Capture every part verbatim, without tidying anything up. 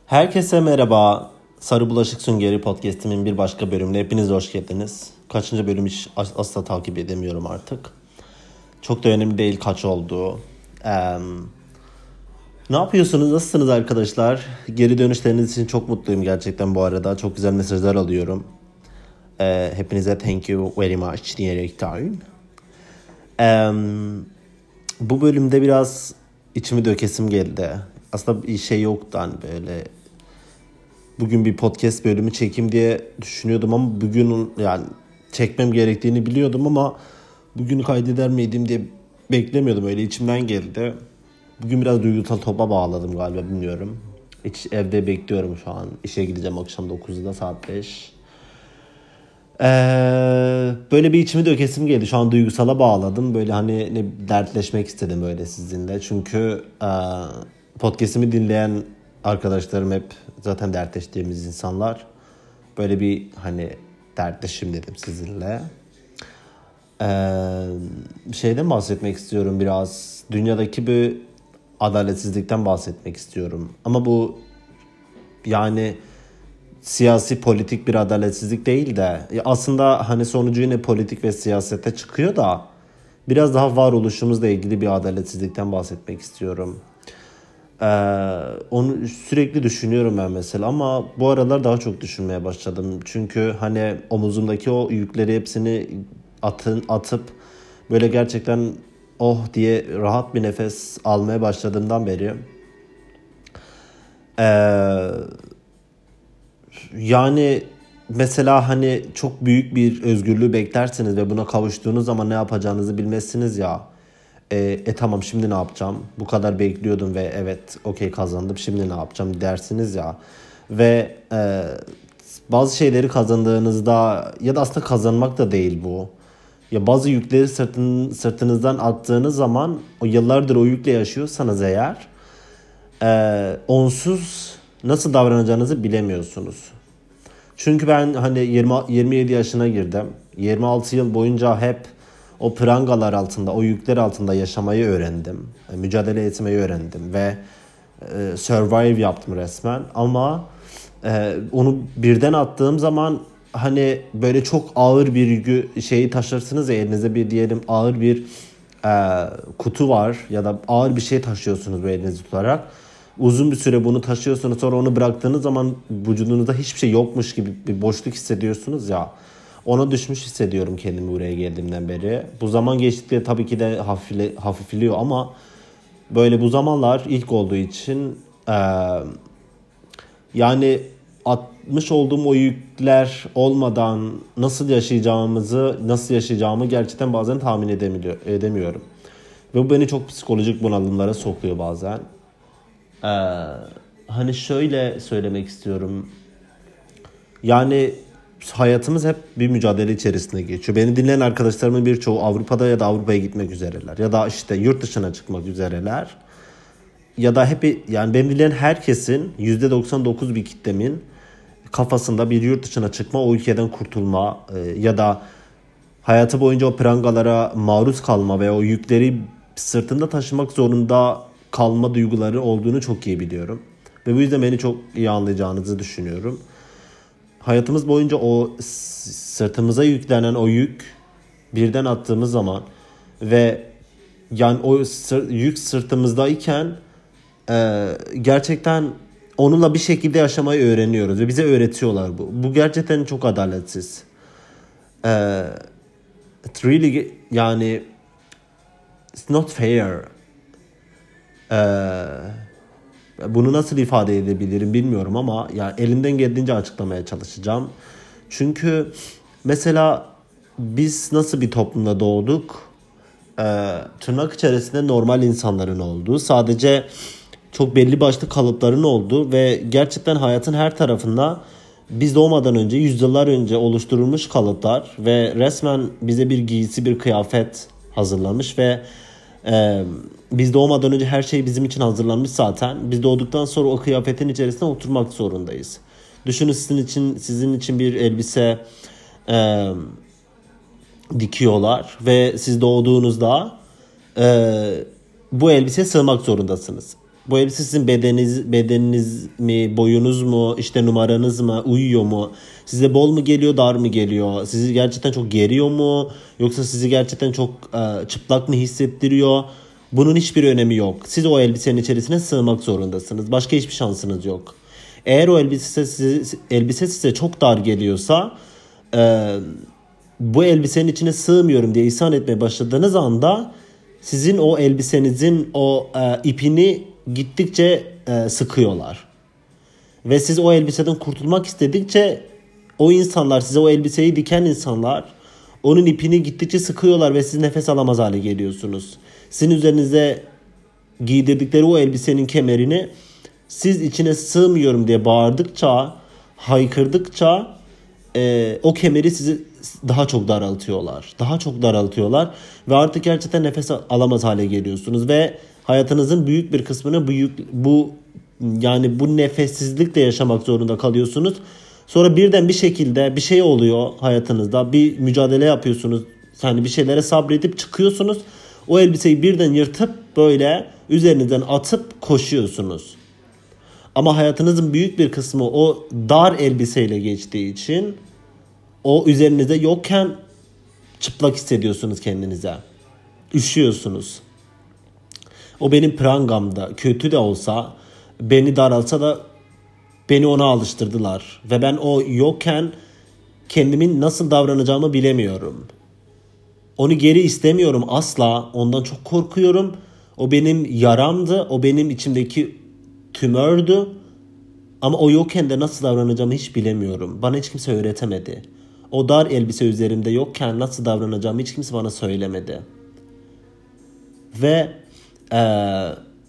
Herkese merhaba. Sarı Bulaşık Süngeri Podcast'imin bir başka bölümüne hepiniz hoş geldiniz. Kaçıncı bölüm hiç asla takip edemiyorum artık. Çok da önemli değil kaç oldu. Ee, ne yapıyorsunuz? Nasılsınız arkadaşlar? Geri dönüşleriniz için çok mutluyum gerçekten bu arada. Çok güzel mesajlar alıyorum. Ee, hepinize thank you very much diyerekten. Ee, bu bölümde biraz içimi dökesim geldi. Aslında bir şey yoktu hani böyle... Bugün bir podcast bölümü çekeyim diye düşünüyordum ama bugün yani çekmem gerektiğini biliyordum ama bugün kaydeder miydim diye beklemiyordum. Öyle içimden geldi. Bugün biraz duygusal topa bağladım galiba, bilmiyorum. Hiç evde bekliyorum şu an. İşe gideceğim akşam dokuzda, saat beş. Ee, böyle bir içimi dökesim geldi. Şu an duygusala bağladım. Böyle hani ne dertleşmek istedim böyle sizinle. Çünkü e, podcast'imi dinleyen arkadaşlarım hep zaten dertleştiğimiz insanlar. Böyle bir hani dertleşim dedim sizinle. Ee, şeyden bahsetmek istiyorum biraz. Dünyadaki bir adaletsizlikten bahsetmek istiyorum. Ama bu yani siyasi politik bir adaletsizlik değil de aslında hani sonucu yine politik ve siyasete çıkıyor da biraz daha varoluşumuzla ilgili bir adaletsizlikten bahsetmek istiyorum. Ee, onu sürekli düşünüyorum ben mesela ama bu aralar daha çok düşünmeye başladım. Çünkü hani omuzumdaki o yükleri hepsini atın, atıp böyle gerçekten oh diye rahat bir nefes almaya başladığımdan beri ee, yani mesela hani çok büyük bir özgürlüğü beklersiniz ve buna kavuştuğunuz zaman ne yapacağınızı bilmezsiniz ya. E, e tamam şimdi ne yapacağım? Bu kadar bekliyordum ve evet okey kazandım. Şimdi ne yapacağım dersiniz ya. Ve e, bazı şeyleri kazandığınızda ya da aslında kazanmak da değil bu. Ya bazı yükleri sırtın, sırtınızdan attığınız zaman o yıllardır o yükle yaşıyorsanız eğer e, onsuz nasıl davranacağınızı bilemiyorsunuz. Çünkü ben hani yirmi, yirmi yedi yaşına girdim. yirmi altı yıl boyunca hep o prangalar altında, o yükler altında yaşamayı öğrendim. Mücadele etmeyi öğrendim ve e, survive yaptım resmen. Ama e, onu birden attığım zaman hani böyle çok ağır bir yükü şeyi taşırsınız ya, elinizde bir diyelim ağır bir e, kutu var ya da ağır bir şey taşıyorsunuz bu elinizi tutarak. Uzun bir süre bunu taşıyorsunuz, sonra onu bıraktığınız zaman vücudunuzda hiçbir şey yokmuş gibi bir boşluk hissediyorsunuz ya. Ona düşmüş hissediyorum kendimi buraya geldiğimden beri. Bu zaman geçtikçe tabii ki de hafifle, hafifliyor ama böyle bu zamanlar ilk olduğu için e, yani atmış olduğum o yükler olmadan nasıl yaşayacağımızı, nasıl yaşayacağımı gerçekten bazen tahmin edemiyorum. Ve bu beni çok psikolojik bunalımlara sokuyor bazen. Ee, hani şöyle söylemek istiyorum. Yani hayatımız hep bir mücadele içerisinde geçiyor. Beni dinleyen arkadaşlarımın birçoğu Avrupa'da ya da Avrupa'ya gitmek üzereler. Ya da işte yurt dışına çıkmak üzereler. Ya da hep yani beni dinleyen herkesin yüzde doksan dokuz bir kitlemin kafasında bir yurt dışına çıkma, o ülkeden kurtulma e, ya da hayatı boyunca o prangalara maruz kalma ve o yükleri sırtında taşımak zorunda kalma duyguları olduğunu çok iyi biliyorum. Ve bu yüzden beni çok iyi anlayacağınızı düşünüyorum. Hayatımız boyunca o sırtımıza yüklenen o yük birden attığımız zaman ve yani o sır, yük sırtımızdayken e, gerçekten onunla bir şekilde yaşamayı öğreniyoruz ve bize öğretiyorlar bu. Bu gerçekten çok adaletsiz. E, it really yani it's not fair. Ee, bunu nasıl ifade edebilirim bilmiyorum ama ya elimden geldiğince açıklamaya çalışacağım. Çünkü mesela biz nasıl bir toplumda doğduk? Ee, tırnak içerisinde normal insanların olduğu, sadece çok belli başlı kalıpların olduğu ve gerçekten hayatın her tarafında biz doğmadan önce, yüzyıllar önce oluşturulmuş kalıplar ve resmen bize bir giysi, bir kıyafet hazırlanmış ve Ee, biz doğmadan önce her şey bizim için hazırlanmış zaten. Biz doğduktan sonra o kıyafetin içerisine oturmak zorundayız. Düşünün, sizin için sizin için bir elbise e, dikiyorlar ve siz doğduğunuzda e, bu elbiseye sığmak zorundasınız. Bu elbise sizin bedeniniz, bedeniniz mi, boyunuz mu, işte numaranız mı, uyuyor mu? Size bol mu geliyor, dar mı geliyor? Sizi gerçekten çok geriyor mu? Yoksa sizi gerçekten çok e, çıplak mı hissettiriyor? Bunun hiçbir önemi yok. Siz o elbisenin içerisine sığmak zorundasınız. Başka hiçbir şansınız yok. Eğer o elbise size, elbise size çok dar geliyorsa, e, bu elbisenin içine sığmıyorum diye isyan etmeye başladığınız anda sizin o elbisenizin o e, ipini gittikçe e, sıkıyorlar. Ve siz o elbiseden kurtulmak istedikçe o insanlar, size o elbiseyi diken insanlar onun ipini gittikçe sıkıyorlar ve siz nefes alamaz hale geliyorsunuz. Sizin üzerinize giydirdikleri o elbisenin kemerini siz içine sığmıyorum diye bağırdıkça, haykırdıkça e, o kemeri sizi daha çok daraltıyorlar. Daha çok daraltıyorlar ve artık gerçekten nefes alamaz hale geliyorsunuz ve hayatınızın büyük bir kısmını büyük bu yani bu nefessizlikle yaşamak zorunda kalıyorsunuz. Sonra birden bir şekilde bir şey oluyor hayatınızda. Bir mücadele yapıyorsunuz. Yani bir şeylere sabredip çıkıyorsunuz. O elbiseyi birden yırtıp böyle üzerinizden atıp koşuyorsunuz. Ama hayatınızın büyük bir kısmı o dar elbiseyle geçtiği için o üzerinizde yokken çıplak hissediyorsunuz kendinize. Üşüyorsunuz. O benim prangamda kötü de olsa, beni daraltsa da beni ona alıştırdılar. Ve ben o yokken kendimin nasıl davranacağımı bilemiyorum. Onu geri istemiyorum asla. Ondan çok korkuyorum. O benim yaramdı. O benim içimdeki tümördü. Ama o yokken de nasıl davranacağımı hiç bilemiyorum. Bana hiç kimse öğretemedi. O dar elbise üzerimde yokken nasıl davranacağımı hiç kimse bana söylemedi. Ve ee,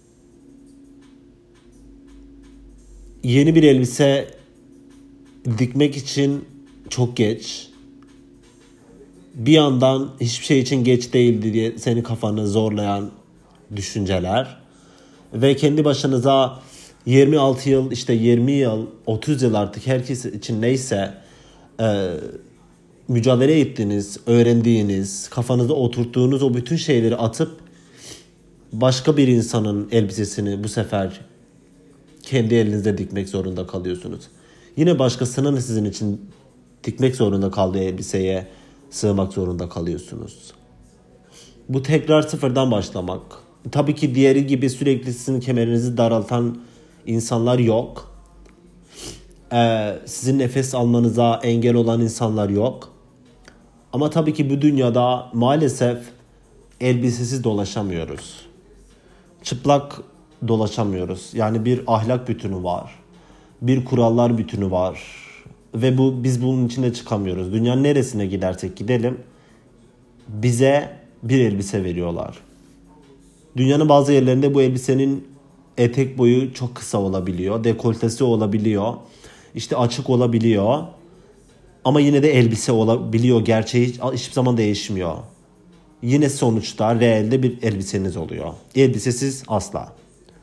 yeni bir elbise dikmek için çok geç. Bir yandan hiçbir şey için geç değildi diye seni kafanı zorlayan düşünceler. Ve kendi başınıza yirmi altı yıl, işte yirmi yıl, otuz yıl artık herkes için neyse e, mücadele ettiğiniz, öğrendiğiniz, kafanızda oturttuğunuz o bütün şeyleri atıp başka bir insanın elbisesini bu sefer kendi elinizde dikmek zorunda kalıyorsunuz. Yine başkasının sizin için dikmek zorunda kaldığı elbiseye sığmak zorunda kalıyorsunuz. Bu tekrar sıfırdan başlamak. Tabii ki diğeri gibi sürekli sizin kemerinizi daraltan insanlar yok. Ee, sizin nefes almanıza engel olan insanlar yok. Ama tabii ki bu dünyada maalesef elbisesiz dolaşamıyoruz. Çıplak dolaşamıyoruz. Yani bir ahlak bütünü var. Bir kurallar bütünü var. Ve bu biz bunun içinde çıkamıyoruz. Dünyanın neresine gidersek gidelim bize bir elbise veriyorlar. Dünyanın bazı yerlerinde bu elbisenin etek boyu çok kısa olabiliyor. Dekoltesi olabiliyor. İşte açık olabiliyor. Ama yine de elbise olabiliyor. Gerçeği hiçbir zaman değişmiyor. Yine sonuçta reelde bir elbiseniz oluyor. Elbisesiz asla.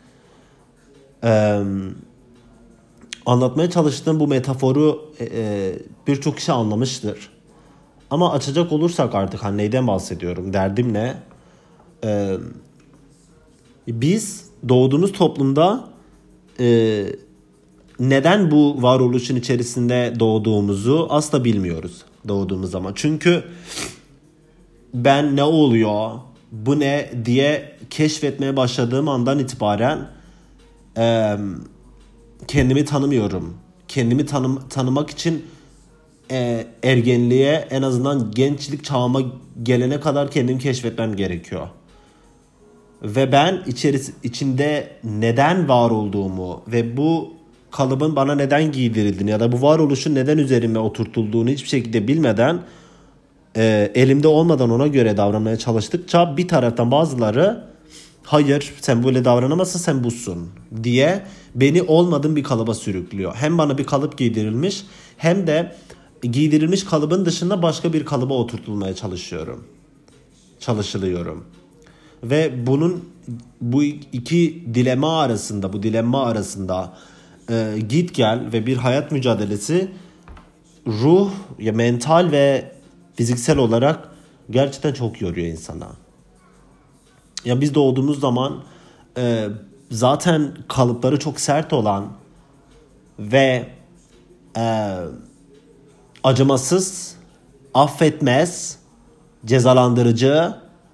Ee, anlatmaya çalıştığım bu metaforu e, birçok kişi anlamıştır. Ama açacak olursak artık hani neyden bahsediyorum? Derdim ne? Ee, biz doğduğumuz toplumda e, neden bu varoluşun içerisinde doğduğumuzu asla bilmiyoruz doğduğumuz zaman. Çünkü ben ne oluyor, bu ne diye keşfetmeye başladığım andan itibaren e, kendimi tanımıyorum. Kendimi tanım, tanımak için e, ergenliğe, en azından gençlik çağıma gelene kadar kendimi keşfetmem gerekiyor. Ve ben içeris, içinde neden var olduğumu ve bu kalıbın bana neden giydirildiğini ya da bu varoluşun neden üzerime oturtulduğunu hiçbir şekilde bilmeden, e, elimde olmadan ona göre davranmaya çalıştıkça bir taraftan bazıları hayır sen böyle davranamazsın, sen busun diye beni olmadığım bir kalıba sürüklüyor. Hem bana bir kalıp giydirilmiş hem de giydirilmiş kalıbın dışında başka bir kalıba oturtulmaya çalışıyorum. Çalışılıyorum. Ve bunun bu iki dilema arasında, bu dilemma arasında e, git gel ve bir hayat mücadelesi ruh, ya mental ve fiziksel olarak gerçekten çok yoruyor insana. Ya biz doğduğumuz zaman e, zaten kalıpları çok sert olan ve e, acımasız, affetmez, cezalandırıcı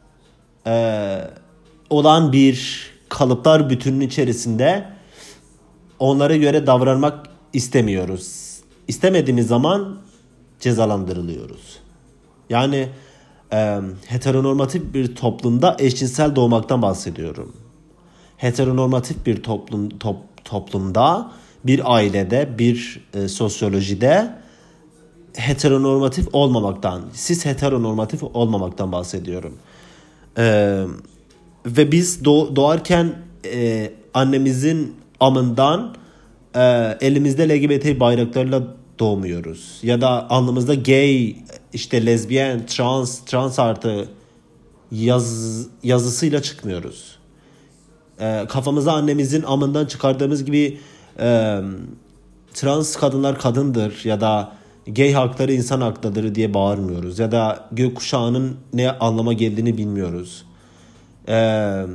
e, olan bir kalıplar bütününün içerisinde onlara göre davranmak istemiyoruz. İstemediğimiz zaman cezalandırılıyoruz. Yani e, heteronormatif bir toplumda eşcinsel doğmaktan bahsediyorum. Heteronormatif bir toplum top, toplumda, bir ailede, bir e, sosyolojide heteronormatif olmamaktan, siz heteronormatif olmamaktan bahsediyorum. Ee, ve biz doğ, doğarken e, annemizin amından e, elimizde L G B T bayraklarıyla doğmuyoruz. Ya da alnımızda gay, işte lezbiyen, trans, trans artı yaz, yazısıyla çıkmıyoruz. E, kafamıza annemizin amından çıkardığımız gibi e, trans kadınlar kadındır ya da gay hakları insan hakları diye bağırmıyoruz. Ya da gökkuşağının ne anlama geldiğini bilmiyoruz. Ee,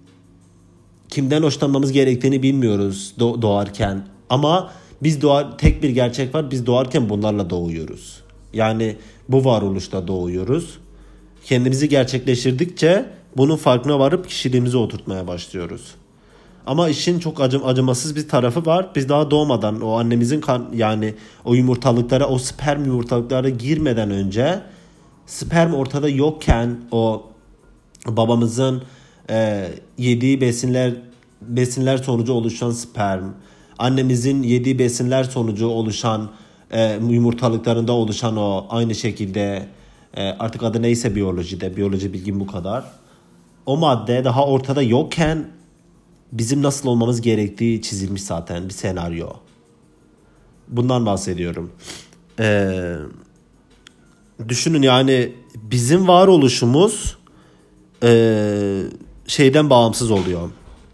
kimden hoşlanmamız gerektiğini bilmiyoruz do- doğarken. Ama biz doğar, tek bir gerçek var. Biz doğarken bunlarla doğuyoruz. Yani bu varoluşta doğuyoruz. Kendimizi gerçekleştirdikçe bunun farkına varıp kişiliğimizi oturtmaya başlıyoruz. Ama işin çok acım, acımasız bir tarafı var. Biz daha doğmadan o annemizin kan, yani o yumurtalıklara, o sperm yumurtalıklara girmeden önce, sperm ortada yokken o babamızın e, yediği besinler besinler sonucu oluşan sperm, annemizin yediği besinler sonucu oluşan e, yumurtalıklarında oluşan o aynı şekilde e, artık adı neyse biyolojide, biyoloji bilgim bu kadar. O madde daha ortada yokken bizim nasıl olmamız gerektiği çizilmiş zaten bir senaryo. Bundan bahsediyorum. Ee, düşünün yani bizim varoluşumuz e, şeyden bağımsız oluyor.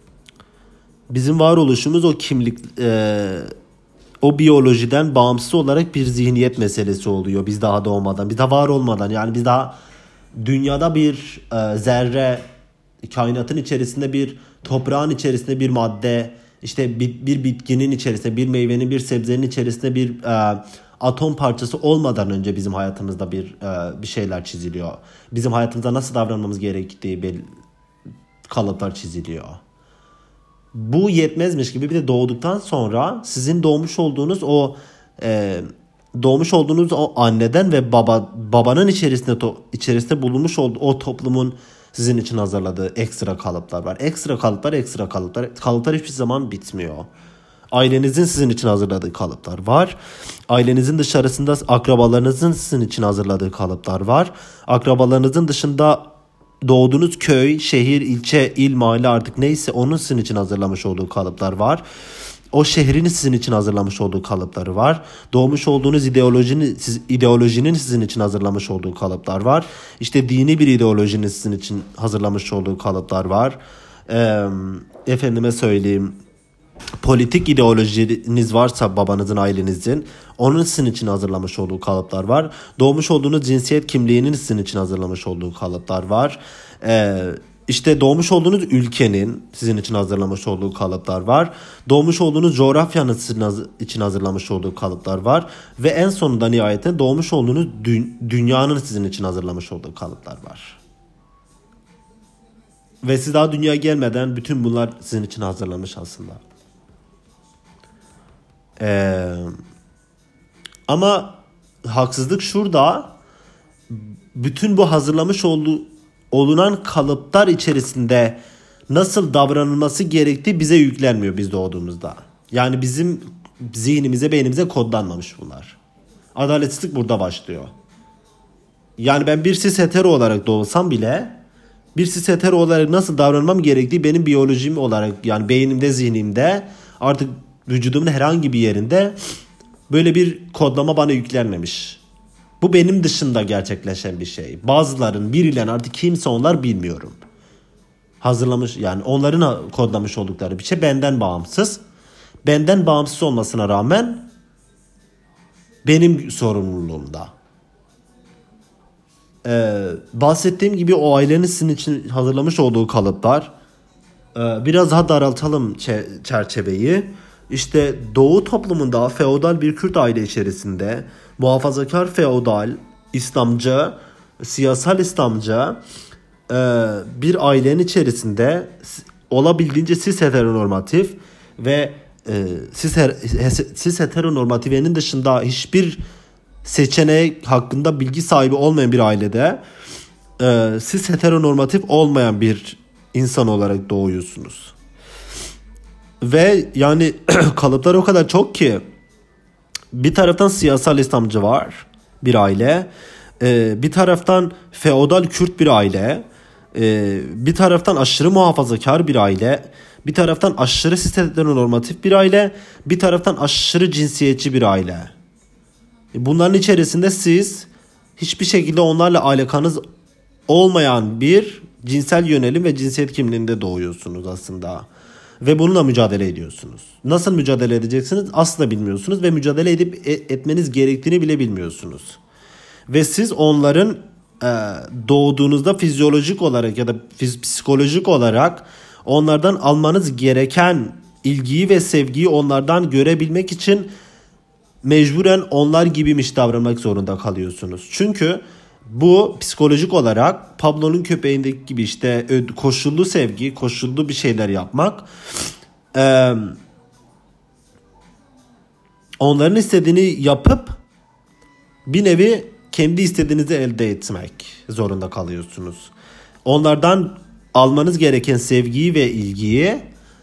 Bizim varoluşumuz o kimlik, e, o biyolojiden bağımsız olarak bir zihniyet meselesi oluyor. Biz daha doğmadan, biz daha var olmadan, yani biz daha dünyada bir e, zerre, kainatın içerisinde bir toprağın içerisinde bir madde, işte bir, bir bitkinin içerisinde, bir meyvenin, bir sebzenin içerisinde bir e, atom parçası olmadan önce bizim hayatımızda bir e, bir şeyler çiziliyor. Bizim hayatımızda nasıl davranmamız gerektiği bir kalıplar çiziliyor. Bu yetmezmiş gibi bir de doğduktan sonra sizin doğmuş olduğunuz o e, doğmuş olduğunuz o anneden ve baba babanın içerisinde to, içerisinde bulunmuş olduğu o toplumun sizin için hazırladığı ekstra kalıplar var. Ekstra kalıplar, ekstra kalıplar. Kalıplar hiçbir zaman bitmiyor. Ailenizin sizin için hazırladığı kalıplar var. Ailenizin dışarısında akrabalarınızın sizin için hazırladığı kalıplar var. Akrabalarınızın dışında doğduğunuz köy, şehir, ilçe, il, mahalle artık neyse onun sizin için hazırlamış olduğu kalıplar var. O şehrin sizin için hazırlamış olduğu kalıpları var. Doğmuş olduğunuz ideolojinin, siz, ideolojinin sizin için hazırlamış olduğu kalıplar var. İşte dini bir ideolojinin sizin için hazırlamış olduğu kalıplar var. Ee, efendime söyleyeyim, politik ideolojiniz varsa babanızın, ailenizin, onun sizin için hazırlamış olduğu kalıplar var. Doğmuş olduğunuz cinsiyet kimliğinin sizin için hazırlamış olduğu kalıplar var. Ee, işte doğmuş olduğunuz ülkenin sizin için hazırlamış olduğu kalıplar var. Doğmuş olduğunuz coğrafyanın sizin için hazırlamış olduğu kalıplar var. Ve en sonunda nihayetinde doğmuş olduğunuz dü- dünyanın sizin için hazırlamış olduğu kalıplar var. Ve siz daha dünyaya gelmeden bütün bunlar sizin için hazırlanmış aslında. Ee, ama haksızlık şurada, bütün bu hazırlamış olduğu olunan kalıplar içerisinde nasıl davranılması gerektiği bize yüklenmiyor biz doğduğumuzda. Yani bizim zihnimize, beynimize kodlanmamış bunlar. Adaletsizlik burada başlıyor. Yani ben bir cis hetero olarak doğsam bile bir cis hetero olarak nasıl davranmam gerektiği benim biyolojim olarak, yani beynimde, zihnimde, artık vücudumun herhangi bir yerinde böyle bir kodlama bana yüklenmemiş. Bu benim dışında gerçekleşen bir şey. Bazıların, birileri, artık kimse onlar bilmiyorum. Hazırlamış, yani onların kodlamış oldukları bir şey benden bağımsız. Benden bağımsız olmasına rağmen benim sorumluluğumda. Ee, bahsettiğim gibi o ailenin sizin için hazırlamış olduğu kalıplar Ee, biraz daha daraltalım çe- çerçeveyi. İşte Doğu toplumunda feodal bir Kürt aile içerisinde muhafazakar feodal, İslamcı, siyasal İslamcı e, bir ailenin içerisinde olabildiğince cis heteronormatif ve e, cis, her- cis heteronormativenin dışında hiçbir seçenek hakkında bilgi sahibi olmayan bir ailede e, cis heteronormatif olmayan bir insan olarak doğuyorsunuz. Ve yani kalıplar o kadar çok ki bir taraftan siyasal İslamcı var bir aile. Ee, bir taraftan feodal Kürt bir aile. Ee, bir taraftan aşırı muhafazakar bir aile. Bir taraftan aşırı heteronormatif bir aile. Bir taraftan aşırı cinsiyetçi bir aile. Bunların içerisinde siz hiçbir şekilde onlarla alakanız olmayan bir cinsel yönelim ve cinsiyet kimliğinde doğuyorsunuz aslında. Ve bununla mücadele ediyorsunuz. Nasıl mücadele edeceksiniz asla bilmiyorsunuz ve mücadele edip etmeniz gerektiğini bile bilmiyorsunuz. Ve siz onların e, doğduğunuzda fizyolojik olarak ya da psikolojik olarak onlardan almanız gereken ilgiyi ve sevgiyi onlardan görebilmek için mecburen onlar gibiymiş davranmak zorunda kalıyorsunuz. Çünkü bu psikolojik olarak Pablo'nun köpeğindeki gibi işte koşullu sevgi, koşullu bir şeyler yapmak, e, onların istediğini yapıp bir nevi kendi istediğinizi elde etmek zorunda kalıyorsunuz. Onlardan almanız gereken sevgiyi ve ilgiyi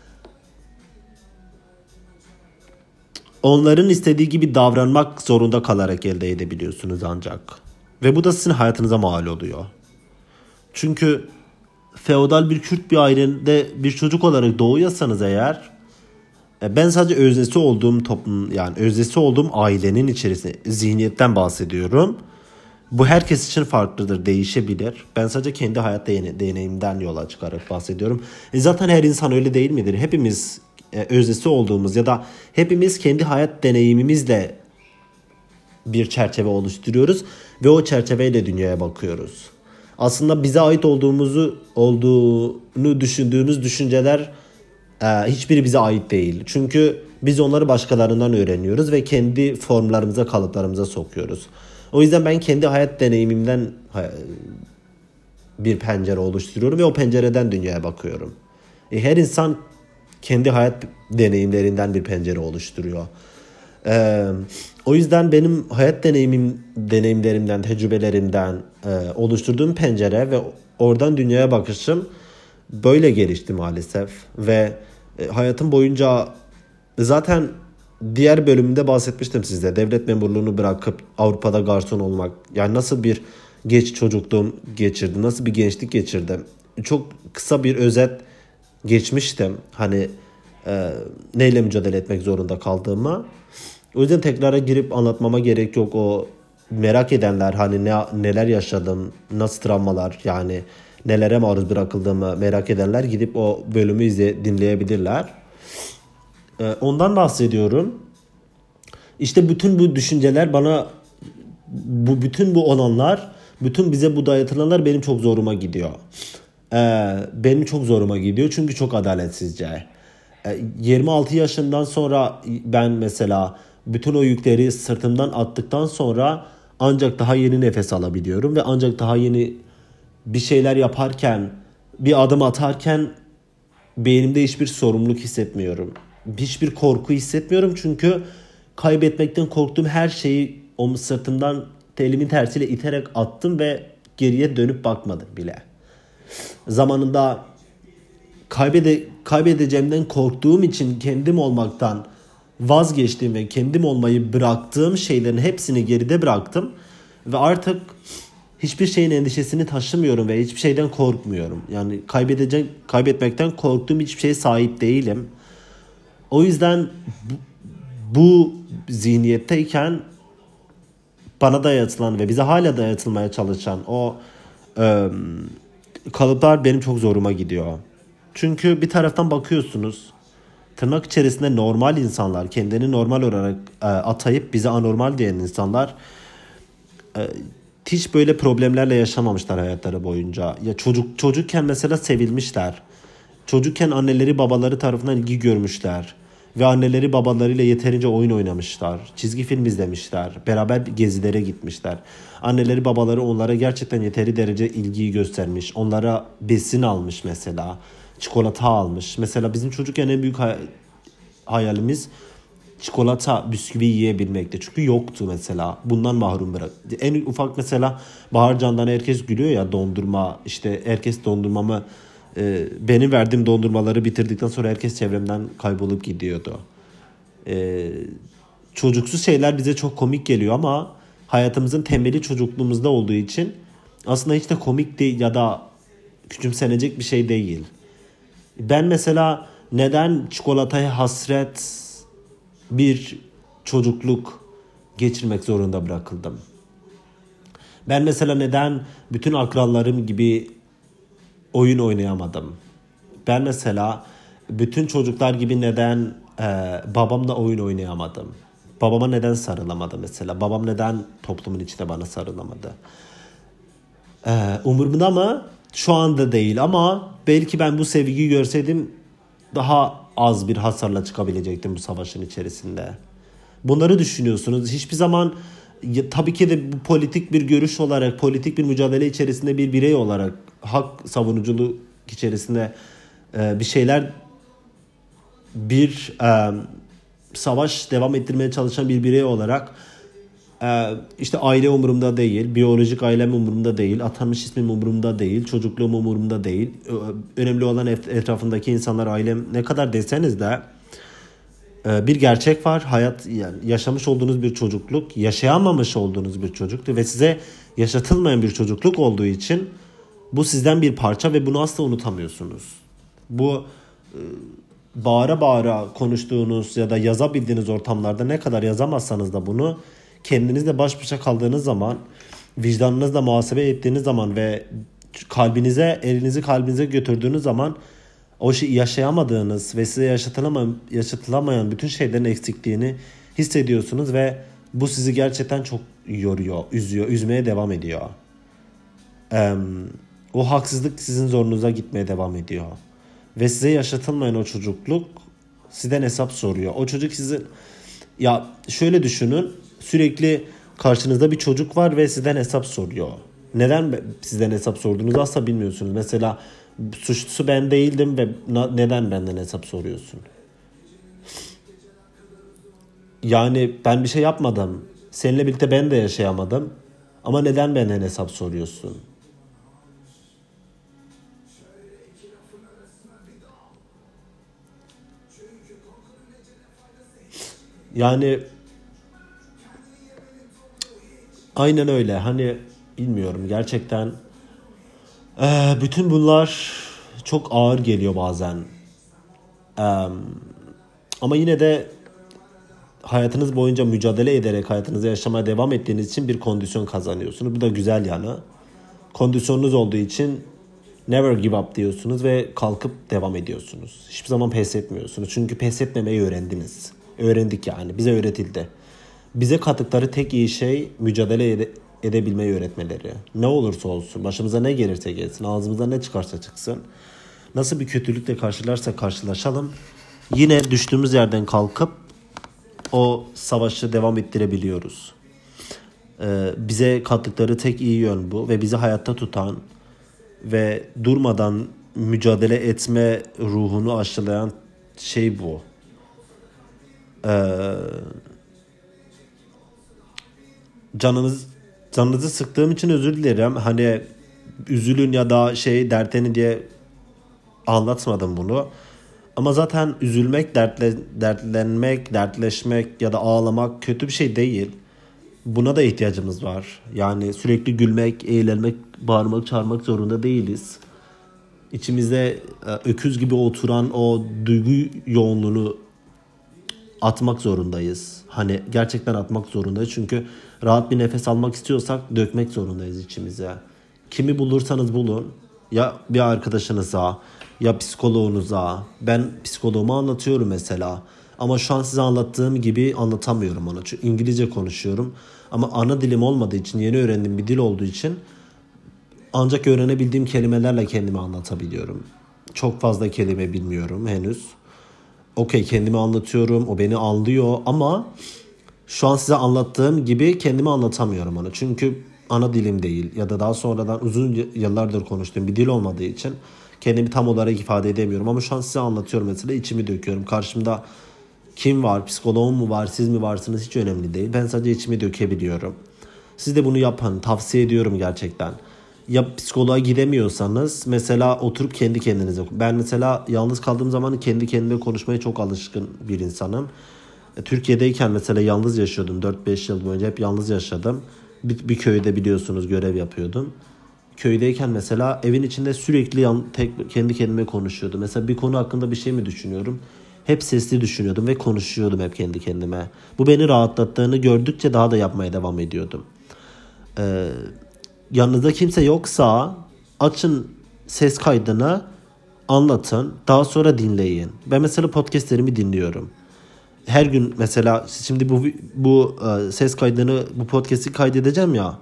onların istediği gibi davranmak zorunda kalarak elde edebiliyorsunuz ancak. Ve bu da sizin hayatınıza mal oluyor. Çünkü feodal bir Kürt bir ailede bir çocuk olarak doğuyorsanız eğer, ben sadece öznesi olduğum toplum, yani öznesi olduğum ailenin içerisinde zihniyetten bahsediyorum. Bu herkes için farklıdır, değişebilir. Ben sadece kendi hayat deneyimimden yola çıkarak bahsediyorum. E zaten her insan öyle değil midir? Hepimiz e, öznesi olduğumuz ya da hepimiz kendi hayat deneyimimizle bir çerçeve oluşturuyoruz ve o çerçeveyle dünyaya bakıyoruz. Aslında bize ait olduğumuzu olduğunu düşündüğümüz düşünceler e, hiçbiri bize ait değil. Çünkü biz onları başkalarından öğreniyoruz ve kendi formlarımıza, kalıplarımıza sokuyoruz. O yüzden ben kendi hayat deneyimimden bir pencere oluşturuyorum ve o pencereden dünyaya bakıyorum. E, her insan kendi hayat deneyimlerinden bir pencere oluşturuyor. Ee, o yüzden benim hayat deneyimim, deneyimlerimden, tecrübelerimden e, oluşturduğum pencere ve oradan dünyaya bakışım böyle gelişti maalesef. Ve e, hayatım boyunca zaten diğer bölümünde bahsetmiştim size. Devlet memurluğunu bırakıp Avrupa'da garson olmak. Yani nasıl bir geç çocukluğum geçirdim, nasıl bir gençlik geçirdim. Çok kısa bir özet geçmiştim. Hani e, neyle mücadele etmek zorunda kaldığımı. O yüzden tekrara girip anlatmama gerek yok. O merak edenler hani ne, neler yaşadım, nasıl travmalar, yani nelere maruz bırakıldığımı merak edenler gidip o bölümü izle, dinleyebilirler. Ee, ondan bahsediyorum. İşte bütün bu düşünceler bana, bu bütün bu olanlar, bütün bize bu dayatılanlar benim çok zoruma gidiyor. Ee, benim çok zoruma gidiyor çünkü çok adaletsizce. Ee, yirmi altı yaşından sonra ben mesela bütün o yükleri sırtımdan attıktan sonra ancak daha yeni nefes alabiliyorum ve ancak daha yeni bir şeyler yaparken, bir adım atarken beynimde hiçbir sorumluluk hissetmiyorum. Hiçbir korku hissetmiyorum çünkü kaybetmekten korktuğum her şeyi o sırtımdan elimin tersiyle iterek attım ve geriye dönüp bakmadım bile. Zamanında kaybede, kaybedeceğimden korktuğum için kendim olmaktan vazgeçtiğim ve kendim olmayı bıraktığım şeylerin hepsini geride bıraktım. Ve artık hiçbir şeyin endişesini taşımıyorum ve hiçbir şeyden korkmuyorum. Yani kaybedecek, kaybetmekten korktuğum hiçbir şeye sahip değilim. O yüzden bu, bu zihniyetteyken bana dayatılan ve bize hala dayatılmaya çalışan o e, kalıplar benim çok zoruma gidiyor. Çünkü bir taraftan bakıyorsunuz, tırnak içerisinde normal insanlar, kendini normal olarak e, atayıp bize anormal diyen insanlar e, hiç böyle problemlerle yaşamamışlar hayatları boyunca. Ya çocuk çocukken mesela sevilmişler. Çocukken anneleri babaları tarafından ilgi görmüşler. Ve anneleri babalarıyla yeterince oyun oynamışlar. Çizgi film izlemişler. Beraber gezilere gitmişler. Anneleri babaları onlara gerçekten yeteri derece ilgiyi göstermiş. Onlara besin almış mesela. Çikolata almış. Mesela bizim çocukken en büyük hay- hayalimiz çikolata, bisküvi yiyebilmekti. Çünkü yoktu mesela. Bundan mahrum bırak. En ufak mesela Bahar Can'dan herkes gülüyor ya, dondurma. İşte herkes dondurmamı e, benim verdiğim dondurmaları bitirdikten sonra herkes çevremden kaybolup gidiyordu. E, Çocuksu şeyler bize çok komik geliyor ama hayatımızın temeli çocukluğumuzda olduğu için aslında hiç de komik değil ya da küçümsenecek bir şey değil. Ben mesela neden çikolataya hasret bir çocukluk geçirmek zorunda bırakıldım? Ben mesela neden bütün akranlarım gibi oyun oynayamadım? Ben mesela bütün çocuklar gibi neden e, babamla oyun oynayamadım? Babama neden sarılamadı mesela? Babam neden toplumun içinde bana sarılamadı? E, umurumda mı? Şu anda değil ama belki ben bu sevgiyi görseydim daha az bir hasarla çıkabilecektim bu savaşın içerisinde. Bunları düşünüyorsunuz. Hiçbir zaman ya, tabii ki de bu politik bir görüş olarak, politik bir mücadele içerisinde bir birey olarak, hak savunuculuğu içerisinde e, bir şeyler, bir e, savaş devam ettirmeye çalışan bir birey olarak e, işte aile umurumda değil, biyolojik ailem umurumda değil, atanmış ismim umurumda değil, çocukluğum umurumda değil. Önemli olan etrafındaki insanlar, ailem ne kadar deseniz de bir gerçek var. Hayat, yani yaşamış olduğunuz bir çocukluk, yaşayamamış olduğunuz bir çocuktu ve size yaşatılmayan bir çocukluk olduğu için bu sizden bir parça ve bunu asla unutamıyorsunuz. Bu e, bağıra bağıra konuştuğunuz ya da yazabildiğiniz ortamlarda ne kadar yazamazsanız da bunu kendinizle baş başa kaldığınız zaman, vicdanınızla muhasebe ettiğiniz zaman ve kalbinize, elinizi kalbinize götürdüğünüz zaman o şeyi yaşayamadığınız ve size yaşatılamayan, yaşatılamayan bütün şeylerin eksikliğini hissediyorsunuz ve bu sizi gerçekten çok yoruyor, üzüyor, üzmeye devam ediyor. Ee, o haksızlık sizin zorunuza gitmeye devam ediyor. Ve size yaşatılmayan o çocukluk sizden hesap soruyor. O çocuk sizin, ya şöyle düşünün, sürekli karşınızda bir çocuk var ve sizden hesap soruyor. Neden sizden hesap sorduğunuzu asla bilmiyorsunuz. Mesela suçlusu ben değildim ve neden benden hesap soruyorsun? Yani ben bir şey yapmadım. Seninle birlikte ben de yaşayamadım. Ama neden benden hesap soruyorsun? Yani aynen öyle. Hani bilmiyorum gerçekten. Ee, bütün bunlar çok ağır geliyor bazen. Ee, ama yine de hayatınız boyunca mücadele ederek hayatınızı yaşamaya devam ettiğiniz için bir kondisyon kazanıyorsunuz. Bu da güzel yanı. Kondisyonunuz olduğu için never give up diyorsunuz ve kalkıp devam ediyorsunuz. Hiçbir zaman pes etmiyorsunuz. Çünkü pes etmemeyi öğrendiniz. Öğrendik yani. Bize öğretildi. Bize kattıkları tek iyi şey mücadele ede- edebilmeyi öğretmeleri. Ne olursa olsun, başımıza ne gelirse gelsin, ağzımıza ne çıkarsa çıksın, nasıl bir kötülükle karşılarsa karşılaşalım, yine düştüğümüz yerden kalkıp o savaşı devam ettirebiliyoruz. Ee, bize kattıkları tek iyi yön bu ve bizi hayatta tutan ve durmadan mücadele etme ruhunu aşılayan şey bu. Ee, canınız canınızı sıktığım için özür dilerim. Hani üzülün ya da şey dertlenin diye anlatmadım bunu. Ama zaten üzülmek, dertle, dertlenmek, dertleşmek ya da ağlamak kötü bir şey değil. Buna da ihtiyacımız var. Yani sürekli gülmek, eğlenmek, bağırmak, çağırmak zorunda değiliz. İçimizde e, öküz gibi oturan o duygu yoğunluğunu atmak zorundayız. Hani gerçekten atmak zorundayız. Çünkü rahat bir nefes almak istiyorsak dökmek zorundayız içimize. Kimi bulursanız bulun. Ya bir arkadaşınıza ya psikoloğunuza. Ben psikoloğuma anlatıyorum mesela. Ama şu an size anlattığım gibi anlatamıyorum onu. Çünkü İngilizce konuşuyorum. Ama ana dilim olmadığı için, yeni öğrendiğim bir dil olduğu için ancak öğrenebildiğim kelimelerle kendimi anlatabiliyorum. çok fazla kelime bilmiyorum henüz. Okey, kendimi anlatıyorum, o beni anlıyor ama şu an size anlattığım gibi kendimi anlatamıyorum onu. Çünkü ana dilim değil ya da daha sonradan uzun yıllardır konuştuğum bir dil olmadığı için kendimi tam olarak ifade edemiyorum. Ama şu an size anlatıyorum mesela, içimi döküyorum. Karşımda kim var, psikoloğum mu var, siz mi varsınız hiç önemli değil. Ben sadece içimi dökebiliyorum. Siz de bunu yapın, tavsiye ediyorum gerçekten. Ya psikoloğa gidemiyorsanız mesela oturup kendi kendinize. Ben mesela yalnız kaldığım zaman kendi kendime konuşmaya çok alışkın bir insanım. Türkiye'deyken mesela yalnız yaşıyordum. dört beş yıl boyunca hep yalnız yaşadım. Bir, bir köyde biliyorsunuz görev yapıyordum. Köydeyken mesela evin içinde sürekli yan, tek, kendi kendime konuşuyordum. Mesela bir konu hakkında bir şey mi düşünüyorum? Hep sesli düşünüyordum ve konuşuyordum hep kendi kendime. Bu beni rahatlattığını gördükçe daha da yapmaya devam ediyordum. Ee, yanınızda kimse yoksa açın ses kaydını, anlatın, daha sonra dinleyin. Ben mesela podcastlerimi dinliyorum. Her gün mesela şimdi bu bu e, ses kaydını, bu podcast'i kaydedeceğim ya.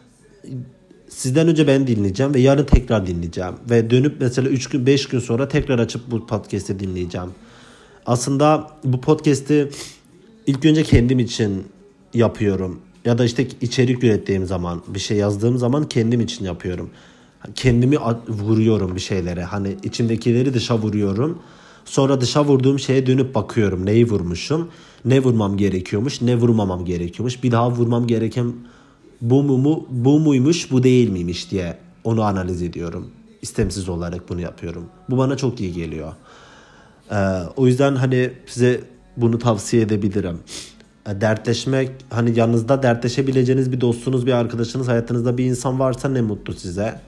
Sizden önce ben dinleyeceğim ve yarın tekrar dinleyeceğim. Ve dönüp mesela üç gün beş gün sonra tekrar açıp bu podcast'i dinleyeceğim. Aslında bu podcast'i ilk önce kendim için yapıyorum. Ya da işte içerik ürettiğim zaman, bir şey yazdığım zaman kendim için yapıyorum. Kendimi vuruyorum bir şeylere. Hani içimdekileri dışa vuruyorum. Sonra dışa vurduğum şeye dönüp bakıyorum. Neyi vurmuşum? Ne vurmam gerekiyormuş? Ne vurmamam gerekiyormuş? Bir daha vurmam gereken bu mu, mu bu muymuş, bu değil miymiş diye onu analiz ediyorum. İstemsiz olarak bunu yapıyorum. Bu bana çok iyi geliyor. Ee, o yüzden hani size bunu tavsiye edebilirim. Ee, dertleşmek, hani yanınızda dertleşebileceğiniz bir dostunuz, bir arkadaşınız, hayatınızda bir insan varsa ne mutlu size.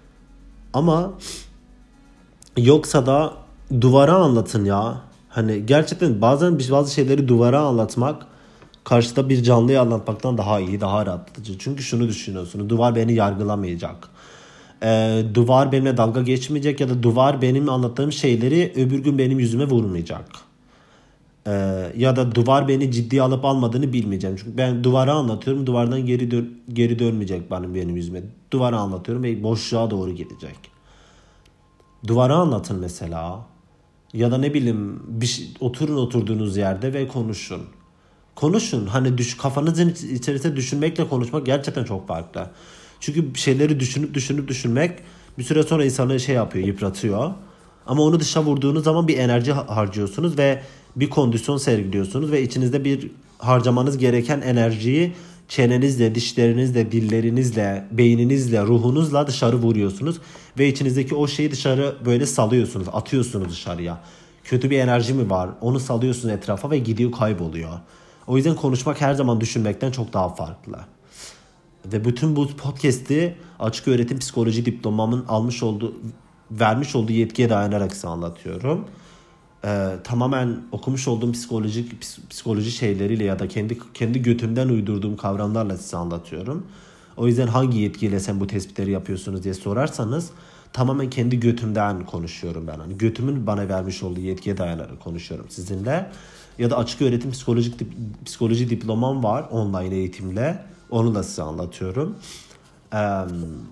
Ama yoksa da duvara anlatın ya. Hani gerçekten bazen bazı şeyleri duvara anlatmak karşıda bir canlıya anlatmaktan daha iyi, daha rahatlatıcı. Çünkü şunu düşünüyorsunuz: duvar beni yargılamayacak. Ee, duvar benimle dalga geçmeyecek ya da duvar benim anlattığım şeyleri öbür gün benim yüzüme vurmayacak. Ee, ya da duvar beni ciddiye alıp almadığını bilmeyeceğim. Çünkü ben duvara anlatıyorum, duvardan geri dön geri dönmeyecek benim benim yüzüme. Duvara anlatıyorum ve boşluğa doğru gidecek. Duvara anlatın mesela. Ya da ne bileyim, bir şey, oturun oturduğunuz yerde ve konuşun. Konuşun. Hani düş, kafanızın içerisinde düşünmekle konuşmak gerçekten çok farklı. Çünkü şeyleri düşünüp düşünüp düşünmek bir süre sonra insanı şey yapıyor, yıpratıyor. Ama onu dışa vurduğunuz zaman bir enerji harcıyorsunuz ve bir kondisyon sergiliyorsunuz ve içinizde bir harcamanız gereken enerjiyi çenenizle, dişlerinizle, dillerinizle, beyninizle, ruhunuzla dışarı vuruyorsunuz ve içinizdeki o şeyi dışarı böyle salıyorsunuz, atıyorsunuz dışarıya. Kötü bir enerji mi var? Onu salıyorsunuz etrafa ve gidiyor, kayboluyor. O yüzden konuşmak her zaman düşünmekten çok daha farklı. Ve bütün bu podcast'i açık öğretim psikoloji diplomamın almış olduğu, vermiş olduğu yetkiye dayanarak size anlatıyorum. Ee, tamamen okumuş olduğum psikolojik psikoloji şeyleriyle ya da kendi kendi götümden uydurduğum kavramlarla size anlatıyorum. O yüzden hangi yetkiyle sen bu tespitleri yapıyorsunuz diye sorarsanız tamamen kendi götümden konuşuyorum ben. Hani götümün bana vermiş olduğu yetkiye dayanarak konuşuyorum sizinle. Ya da açık öğretim psikolojik psikoloji diplomam var online eğitimle. Onu da size anlatıyorum. Ee,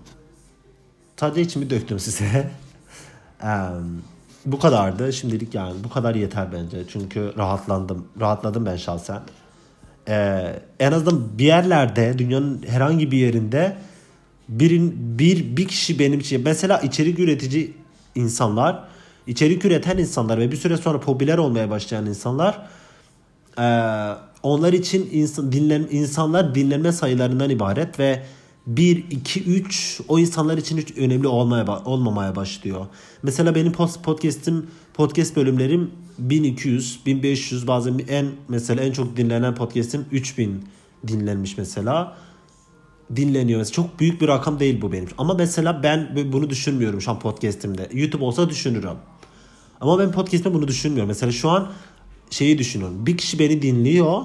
sadece içimi döktüm size. Ee, bu kadardı şimdilik, yani bu kadar yeter bence. Çünkü rahatlandım. Rahatladım ben şahsen. Ee, en azından bir yerlerde, dünyanın herhangi bir yerinde birin, bir, bir kişi benim için, mesela içerik üretici insanlar, içerik üreten insanlar ve bir süre sonra popüler olmaya başlayan insanlar, Ee, onlar için insan, dinlen, insanlar dinlenme sayılarından ibaret ve bir, iki, üç o insanlar için hiç önemli olmaya, olmamaya başlıyor. Mesela benim podcast'im, podcast bölümlerim bin iki yüz, bin beş yüz, bazen en mesela en çok dinlenen podcast'im üç bin dinlenmiş mesela. Dinleniyor. Mesela çok büyük bir rakam değil bu benim. Ama mesela ben bunu düşünmüyorum şu an podcast'imde. YouTube olsa düşünürüm. Ama ben podcast'imde bunu düşünmüyorum. Mesela şu an şeyi düşünüyorum. Bir kişi beni dinliyor.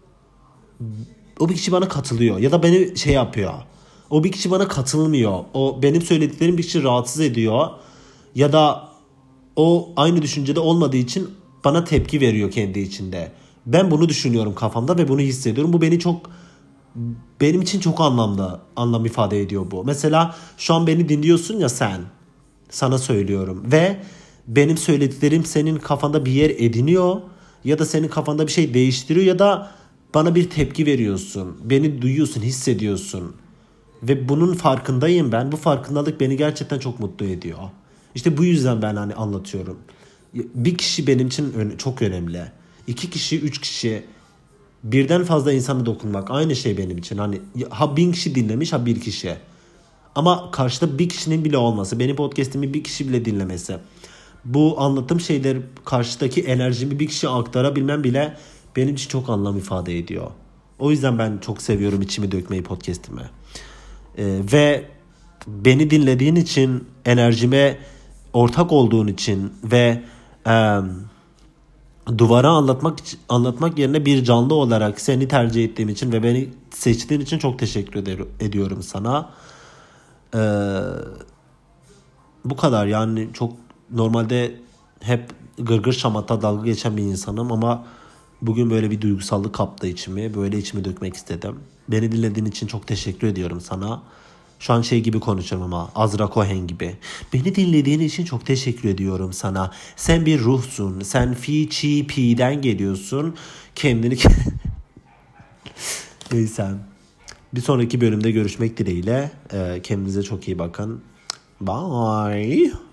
O bir kişi bana katılıyor. Ya da beni şey yapıyor. O bir kişi bana katılmıyor. O benim söylediklerim bir kişi rahatsız ediyor. Ya da o aynı düşüncede olmadığı için bana tepki veriyor kendi içinde. Ben bunu düşünüyorum kafamda ve bunu hissediyorum. Bu beni çok, benim için çok anlamlı, anlam ifade ediyor bu. Mesela şu an beni dinliyorsun ya sen. Sana söylüyorum ve benim söylediklerim senin kafanda bir yer ediniyor ya da senin kafanda bir şey değiştiriyor ya da bana bir tepki veriyorsun. Beni duyuyorsun, hissediyorsun. Ve bunun farkındayım ben. Bu farkındalık beni gerçekten çok mutlu ediyor. İşte bu yüzden ben hani anlatıyorum. Bir kişi benim için çok önemli. İki kişi, üç kişi, birden fazla insana dokunmak aynı şey benim için. Hani ha bin kişi dinlemiş ha bir kişi. Ama karşıda bir kişinin bile olması, benim podcast'imi bir kişi bile dinlemesi. Bu anlattığım şeyler karşıdaki enerjimi bir kişiye aktarabilmem bile benim için çok anlam ifade ediyor. O yüzden ben çok seviyorum içimi dökmeyi podcast'ime. Ee, ve beni dinlediğin için, enerjime ortak olduğun için ve e, duvara anlatmak anlatmak yerine bir canlı olarak seni tercih ettiğim için ve beni seçtiğin için çok teşekkür eder- ediyorum sana. Ee, bu kadar yani çok normalde hep gırgır şamata dalga geçen bir insanım ama bugün böyle bir duygusallık kaptı içimi. Böyle içimi dökmek istedim. Beni dinlediğin için çok teşekkür ediyorum sana. Şu an şey gibi konuşuyorum ama Azra Cohen gibi. Beni dinlediğin için çok teşekkür ediyorum sana. Sen bir ruhsun. Sen Fi Chi Pi'den geliyorsun. Kendini... Neyse. Bir sonraki bölümde görüşmek dileğiyle. Kendinize çok iyi bakın. Bye.